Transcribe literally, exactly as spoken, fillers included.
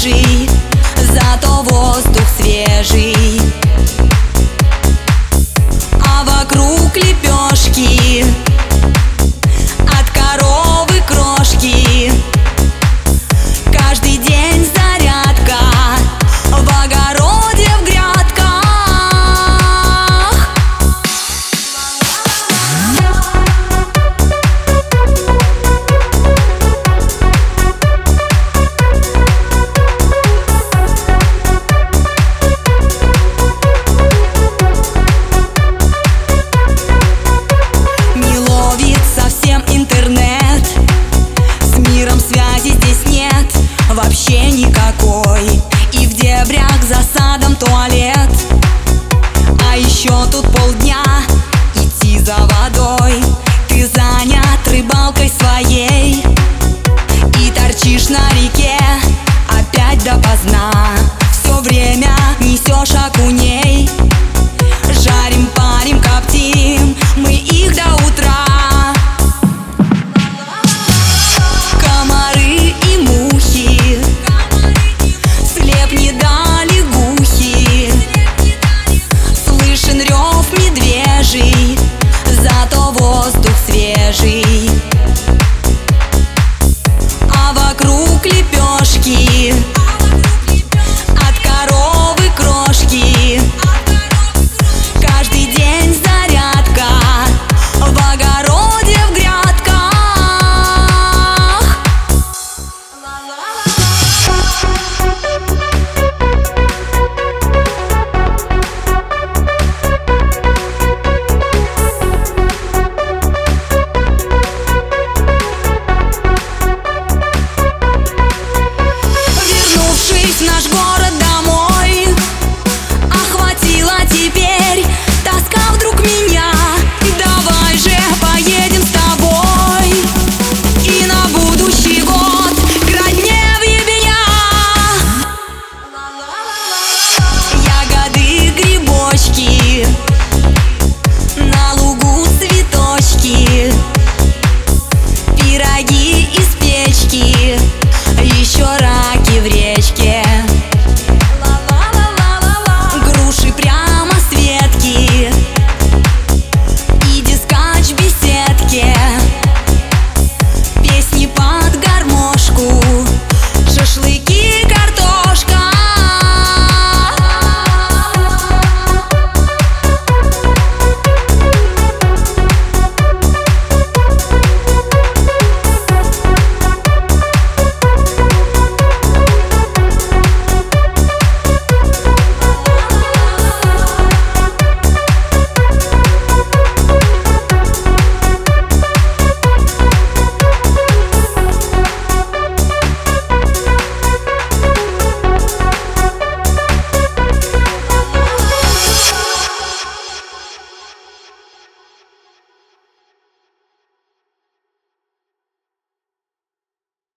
свежий, зато воздух свежий, а вокруг лепешки от коровы крошки. Каждый день зарядка в огороде, в грядках. Не ловит совсем интернет, с миром связи здесь нет вообще никакой. И в дебрях за садом туалет, а еще тут полдня идти за водой. Ты занят рыбалкой своей и торчишь на реке опять допоздна. Все время несешь окуней